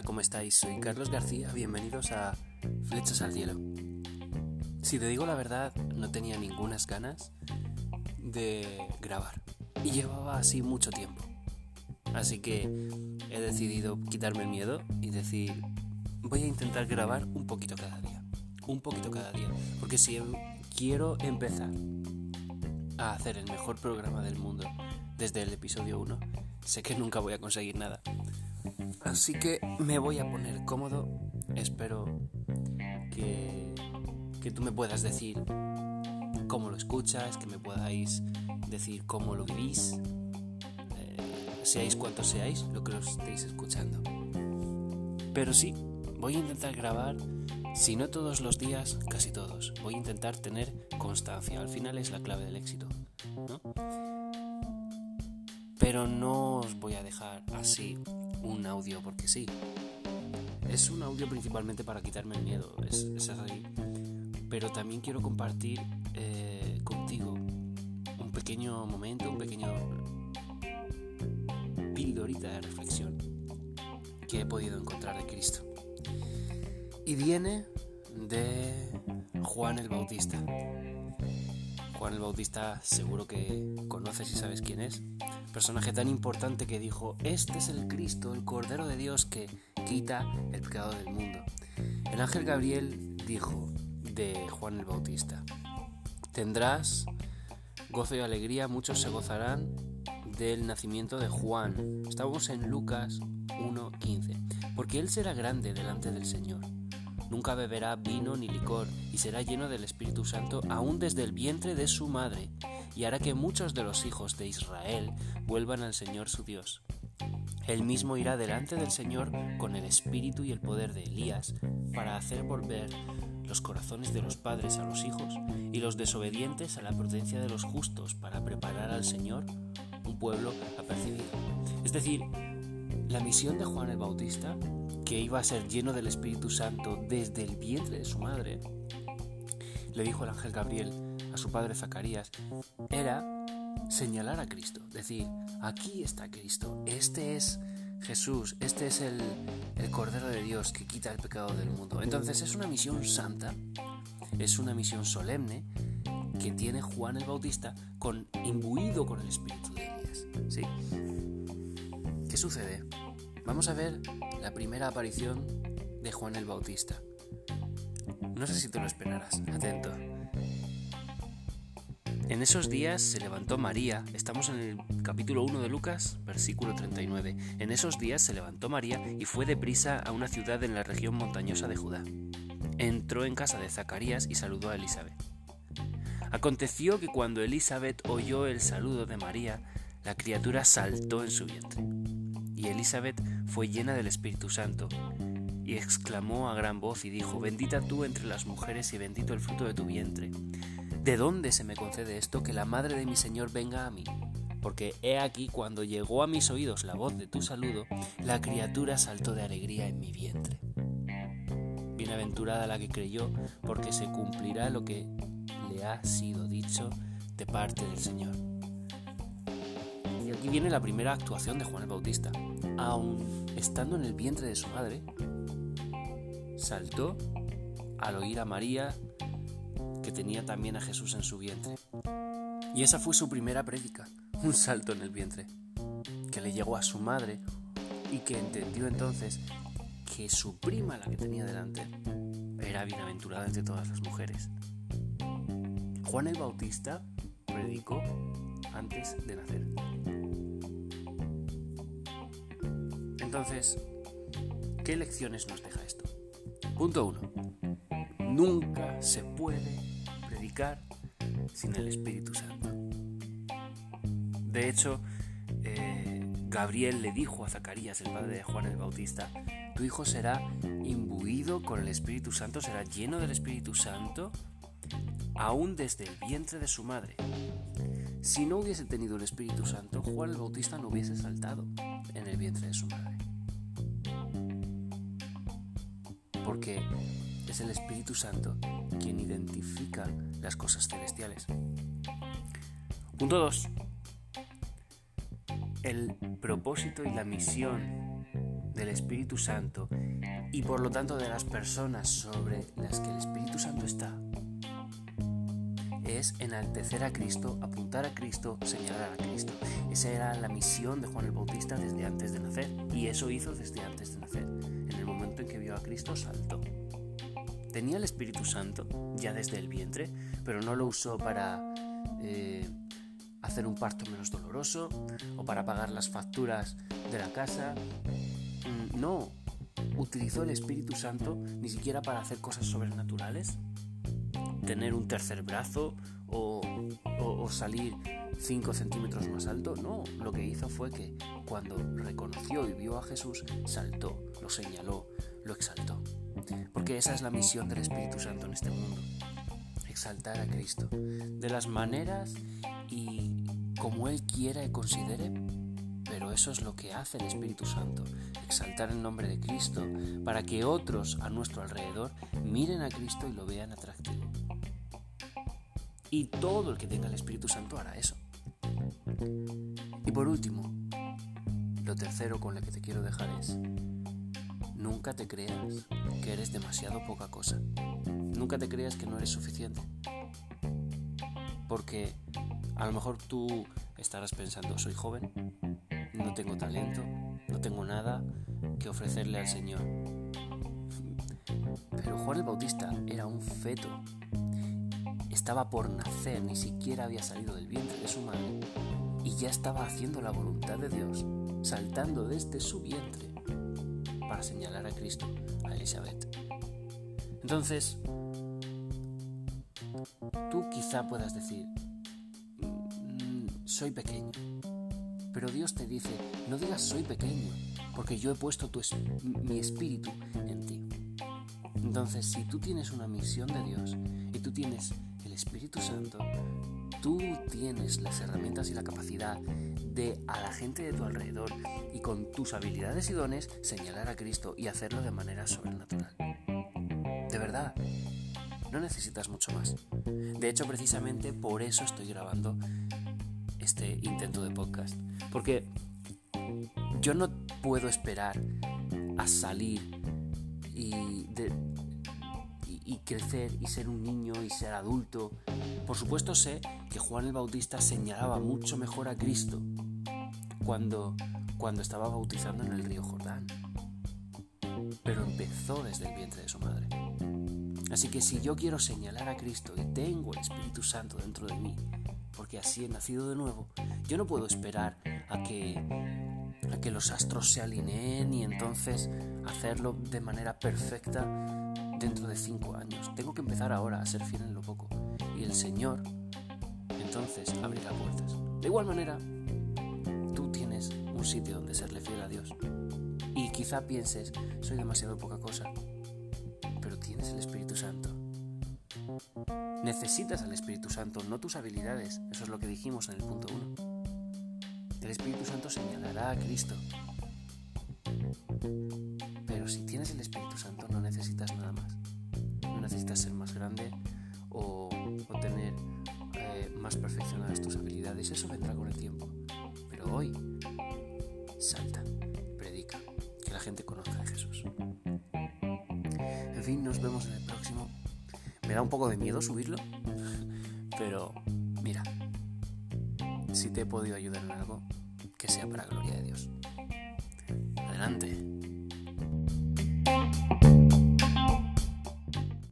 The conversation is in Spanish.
¿cómo estáis? Soy Carlos García, bienvenidos a Flechas al Cielo. Si te digo la verdad, no tenía ningunas ganas de grabar y llevaba así mucho tiempo. Así que he decidido quitarme el miedo y decir, voy a intentar grabar un poquito cada día, porque si quiero empezar a hacer el mejor programa del mundo desde el episodio 1, sé que nunca voy a conseguir nada. Así que me voy a poner cómodo. Espero que tú me puedas decir cómo lo escuchas, que me podáis decir cómo lo vivís, seáis cuantos seáis lo que lo estéis escuchando. Pero sí, voy a intentar grabar, si no todos los días, casi todos. Voy a intentar tener constancia, al final es la clave del éxito, ¿no? Pero no os voy a dejar así un audio porque sí. Es un audio principalmente para quitarme el miedo, es así. Pero también quiero compartir contigo un pequeño momento, un pequeño pildorita de reflexión que he podido encontrar de Cristo. Y viene de Juan el Bautista. Juan el Bautista seguro que conoces y sabes quién es. Personaje tan importante que dijo: este es el Cristo, el Cordero de Dios que quita el pecado del mundo. El ángel Gabriel dijo de Juan el Bautista: tendrás gozo y alegría, muchos se gozarán del nacimiento de Juan. Estamos en Lucas 1:15. Porque él será grande delante del Señor. Nunca beberá vino ni licor, y será lleno del Espíritu Santo aún desde el vientre de su madre, y hará que muchos de los hijos de Israel vuelvan al Señor su Dios. Él mismo irá delante del Señor con el espíritu y el poder de Elías, para hacer volver los corazones de los padres a los hijos, y los desobedientes a la prudencia de los justos, para preparar al Señor un pueblo apercibido. Es decir, la misión de Juan el Bautista, que iba a ser lleno del Espíritu Santo desde el vientre de su madre, le dijo el ángel Gabriel a su padre Zacarías, era señalar a Cristo, decir: aquí está Cristo, este es Jesús, este es el Cordero de Dios que quita el pecado del mundo. Entonces es una misión santa, es una misión solemne que tiene Juan el Bautista imbuido con el espíritu de Elías, ¿sí? ¿Qué sucede? Vamos a ver la primera aparición de Juan el Bautista. No sé si te lo esperarás, atento. En esos días se levantó María, estamos en el capítulo 1 de Lucas, versículo 39. En esos días se levantó María y fue deprisa a una ciudad en la región montañosa de Judá. Entró en casa de Zacarías y saludó a Elizabeth. Aconteció que cuando Elizabeth oyó el saludo de María, la criatura saltó en su vientre. Y Elizabeth fue llena del Espíritu Santo, y exclamó a gran voz y dijo: bendita tú entre las mujeres y bendito el fruto de tu vientre. ¿De dónde se me concede esto, que la madre de mi Señor venga a mí? Porque he aquí, cuando llegó a mis oídos la voz de tu saludo, la criatura saltó de alegría en mi vientre. Bienaventurada la que creyó, porque se cumplirá lo que le ha sido dicho de parte del Señor. Y aquí viene la primera actuación de Juan el Bautista. Aun estando en el vientre de su madre, saltó al oír a María, que tenía también a Jesús en su vientre. Y esa fue su primera prédica, un salto en el vientre, que le llegó a su madre y que entendió entonces que su prima, la que tenía delante, era bienaventurada entre todas las mujeres. Juan el Bautista predicó antes de nacer. Entonces, ¿qué lecciones nos deja esto? Punto 1. Nunca se puede predicar sin el Espíritu Santo. De hecho, Gabriel le dijo a Zacarías, el padre de Juan el Bautista: tu hijo será imbuido con el Espíritu Santo, será lleno del Espíritu Santo, aún desde el vientre de su madre. Si no hubiese tenido el Espíritu Santo, Juan el Bautista no hubiese saltado en el vientre de su madre. Porque es el Espíritu Santo quien identifica las cosas celestiales. Punto 2. El propósito y la misión del Espíritu Santo y por lo tanto de las personas sobre las que el Espíritu Santo está es enaltecer a Cristo, apuntar a Cristo, señalar a Cristo. Esa era la misión de Juan el Bautista desde antes de nacer, y eso hizo desde antes de nacer. En el momento en que vio a Cristo saltó. Tenía el Espíritu Santo ya desde el vientre, pero no lo usó para hacer un parto menos doloroso o para pagar las facturas de la casa. No, utilizó el Espíritu Santo ni siquiera para hacer cosas sobrenaturales, tener un tercer brazo o salir 5 centímetros más alto. No, lo que hizo fue que cuando reconoció y vio a Jesús, saltó, lo señaló, lo exaltó. Porque esa es la misión del Espíritu Santo en este mundo: exaltar a Cristo de las maneras y como Él quiera y considere. Pero eso es lo que hace el Espíritu Santo: exaltar el nombre de Cristo para que otros a nuestro alrededor miren a Cristo y lo vean atractivo. Y todo el que tenga el Espíritu Santo hará eso. Y por último, lo tercero con lo que te quiero dejar es: nunca te creas que eres demasiado poca cosa. Nunca te creas que no eres suficiente. Porque a lo mejor tú estarás pensando: soy joven, no tengo talento, no tengo nada que ofrecerle al Señor. Pero Juan el Bautista era un feto. Estaba por nacer, ni siquiera había salido del vientre de su madre, y ya estaba haciendo la voluntad de Dios, saltando desde su vientre para señalar a Cristo, a Elizabeth. Entonces, tú quizá puedas decir: soy pequeño. Pero Dios te dice: no digas soy pequeño, porque yo he puesto mi espíritu en ti. Entonces, si tú tienes una misión de Dios y tú tienes el Espíritu Santo, tú tienes las herramientas y la capacidad de, a la gente de tu alrededor y con tus habilidades y dones, señalar a Cristo y hacerlo de manera sobrenatural. De verdad, no necesitas mucho más. De hecho, precisamente por eso estoy grabando este intento de podcast, porque yo no puedo esperar a salir y crecer y ser un niño y ser adulto. Por supuesto sé que Juan el Bautista señalaba mucho mejor a Cristo cuando estaba bautizando en el río Jordán, pero empezó desde el vientre de su madre. Así que si yo quiero señalar a Cristo y tengo el Espíritu Santo dentro de mí, porque así he nacido de nuevo, yo no puedo esperar a que los astros se alineen y entonces hacerlo de manera perfecta dentro de 5 años. Tengo que empezar ahora a ser fiel en lo poco, y el Señor entonces abrirá puertas. De igual manera, tú tienes un sitio donde serle fiel a Dios, y quizá pienses: soy demasiado poca cosa. Pero tienes el Espíritu Santo. Necesitas al Espíritu Santo, no tus habilidades. Eso es lo que dijimos en el punto 1. El Espíritu Santo señalará a Cristo. Pero si tienes el Espíritu Santo, no necesitas nada más. No necesitas ser más grande o tener más perfeccionadas tus habilidades. Eso vendrá con el tiempo. Pero hoy, salta, predica, que la gente conozca de Jesús. En fin, nos vemos en el próximo. Me da un poco de miedo subirlo, pero mira, si te he podido ayudar en algo, que sea para la gloria de Dios. Adelante.